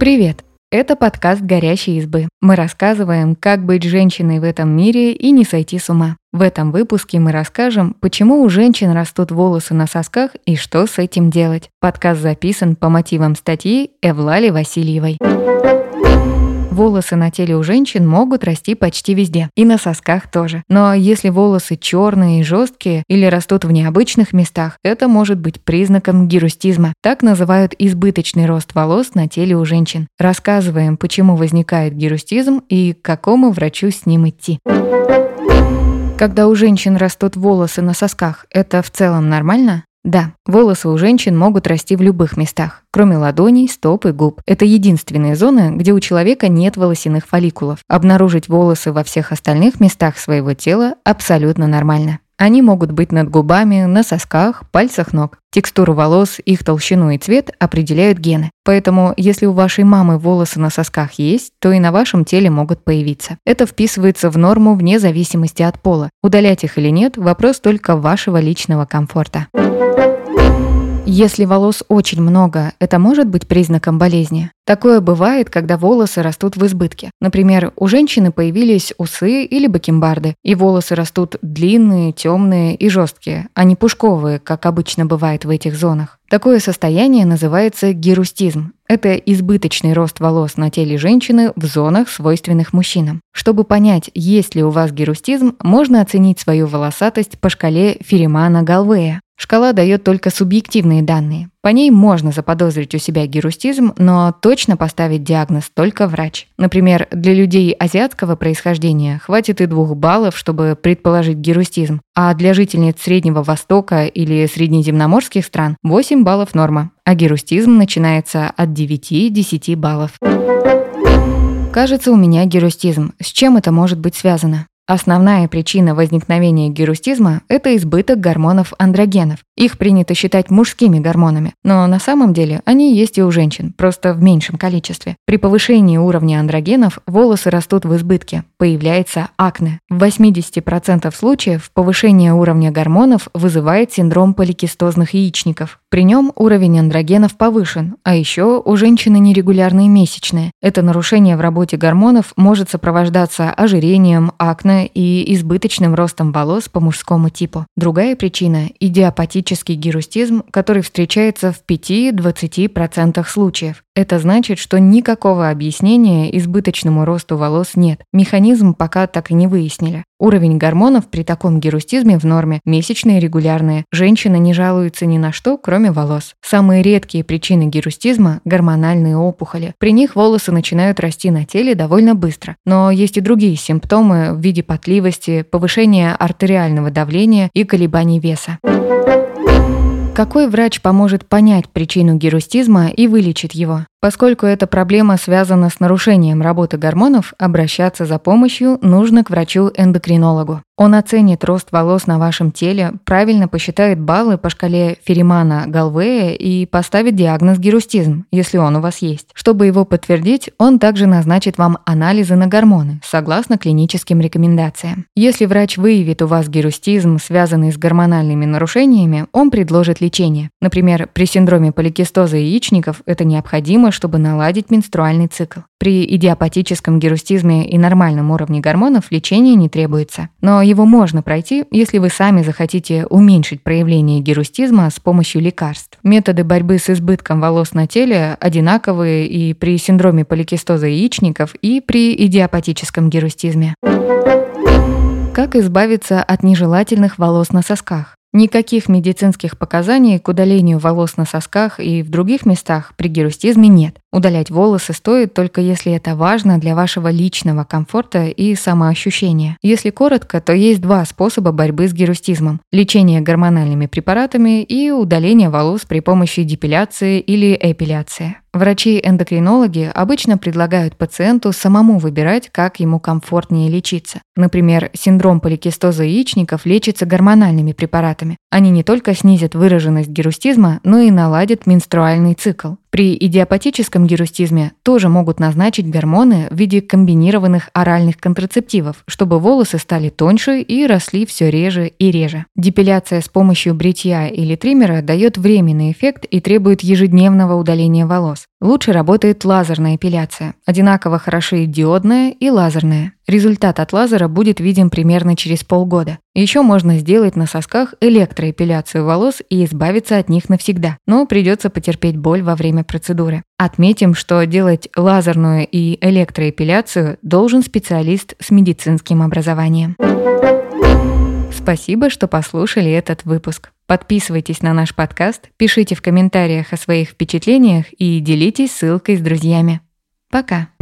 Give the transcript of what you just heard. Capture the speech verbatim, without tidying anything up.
Привет! Это подкаст «Горящие избы». Мы рассказываем, как быть женщиной в этом мире и не сойти с ума. В этом выпуске мы расскажем, почему у женщин растут волосы на сосках и что с этим делать. Подкаст записан по мотивам статьи Эвлали Васильевой. Волосы на теле у женщин могут расти почти везде, и на сосках тоже. Но если волосы черные и жесткие или растут в необычных местах, это может быть признаком гирустизма. Так называют избыточный рост волос на теле у женщин. Рассказываем, почему возникает гирустизм и к какому врачу с ним идти. Когда у женщин растут волосы на сосках, это в целом нормально? Да, волосы у женщин могут расти в любых местах, кроме ладоней, стоп и губ. Это единственные зоны, где у человека нет волосяных фолликулов. Обнаружить волосы во всех остальных местах своего тела абсолютно нормально. Они могут быть над губами, на сосках, пальцах ног. Текстуру волос, их толщину и цвет определяют гены. Поэтому, если у вашей мамы волосы на сосках есть, то и на вашем теле могут появиться. Это вписывается в норму вне зависимости от пола. Удалять их или нет – вопрос только вашего личного комфорта. Если волос очень много, это может быть признаком болезни? Такое бывает, когда волосы растут в избытке. Например, у женщины появились усы или бакенбарды, и волосы растут длинные, темные и жесткие, а не пушковые, как обычно бывает в этих зонах. Такое состояние называется гирустизм. Это избыточный рост волос на теле женщины в зонах, свойственных мужчинам. Чтобы понять, есть ли у вас гирустизм, можно оценить свою волосатость по шкале Феримана-Галвея. Шкала дает только субъективные данные. По ней можно заподозрить у себя гирустизм, но точно поставить диагноз только врач. Например, для людей азиатского происхождения хватит и двух баллов, чтобы предположить гирустизм, а для жительниц Среднего Востока или среднеземноморских стран восемь баллов норма, а гирустизм начинается от девяти-десяти баллов. Кажется, у меня гирустизм. С чем это может быть связано? Основная причина возникновения гирустизма – это избыток гормонов андрогенов. Их принято считать мужскими гормонами, но на самом деле они есть и у женщин, просто в меньшем количестве. При повышении уровня андрогенов волосы растут в избытке, появляется акне. В восемьдесят процентов случаев повышение уровня гормонов вызывает синдром поликистозных яичников. При нем уровень андрогенов повышен, а еще у женщины нерегулярные месячные. Это нарушение в работе гормонов может сопровождаться ожирением, акне и избыточным ростом волос по мужскому типу. Другая причина – идиопатический гирустизм, который встречается в пяти-двадцати процентах случаев. Это значит, что никакого объяснения избыточному росту волос нет. Механизм пока так и не выяснили. Уровень гормонов при таком гирустизме в норме, месячные регулярные. Женщина не жалуется ни на что, кроме волос. Самые редкие причины гирустизма – гормональные опухоли. При них волосы начинают расти на теле довольно быстро. Но есть и другие симптомы в виде потливости, повышения артериального давления и колебаний веса. Какой врач поможет понять причину гирустизма и вылечить его? Поскольку эта проблема связана с нарушением работы гормонов, обращаться за помощью нужно к врачу-эндокринологу. Он оценит рост волос на вашем теле, правильно посчитает баллы по шкале Феримана-Галвея и поставит диагноз гирустизм, если он у вас есть. Чтобы его подтвердить, он также назначит вам анализы на гормоны, согласно клиническим рекомендациям. Если врач выявит у вас гирустизм, связанный с гормональными нарушениями, он предложит лечение. Например, при синдроме поликистоза яичников это необходимо, чтобы наладить менструальный цикл. При идиопатическом гирустизме и нормальном уровне гормонов лечение не требуется. Но его можно пройти, если вы сами захотите уменьшить проявление гирустизма с помощью лекарств. Методы борьбы с избытком волос на теле одинаковые и при синдроме поликистоза яичников, и при идиопатическом гирустизме. Как избавиться от нежелательных волос на сосках? Никаких медицинских показаний к удалению волос на сосках и в других местах при гирустизме нет. Удалять волосы стоит только если это важно для вашего личного комфорта и самоощущения. Если коротко, то есть два способа борьбы с гирустизмом: лечение гормональными препаратами и удаление волос при помощи депиляции или эпиляции. Врачи-эндокринологи обычно предлагают пациенту самому выбирать, как ему комфортнее лечиться. Например, синдром поликистоза яичников лечится гормональными препаратами. Они не только снизят выраженность гирустизма, но и наладят менструальный цикл. При идиопатическом гирустизме тоже могут назначить гормоны в виде комбинированных оральных контрацептивов, чтобы волосы стали тоньше и росли все реже и реже. Депиляция с помощью бритья или триммера дает временный эффект и требует ежедневного удаления волос. Лучше работает лазерная эпиляция. Одинаково хороши диодная и лазерная. Результат от лазера будет виден примерно через полгода. Еще можно сделать на сосках электроэпиляцию волос и избавиться от них навсегда, но придется потерпеть боль во время процедуры. Отметим, что делать лазерную и электроэпиляцию должен специалист с медицинским образованием. Спасибо, что послушали этот выпуск. Подписывайтесь на наш подкаст, пишите в комментариях о своих впечатлениях и делитесь ссылкой с друзьями. Пока!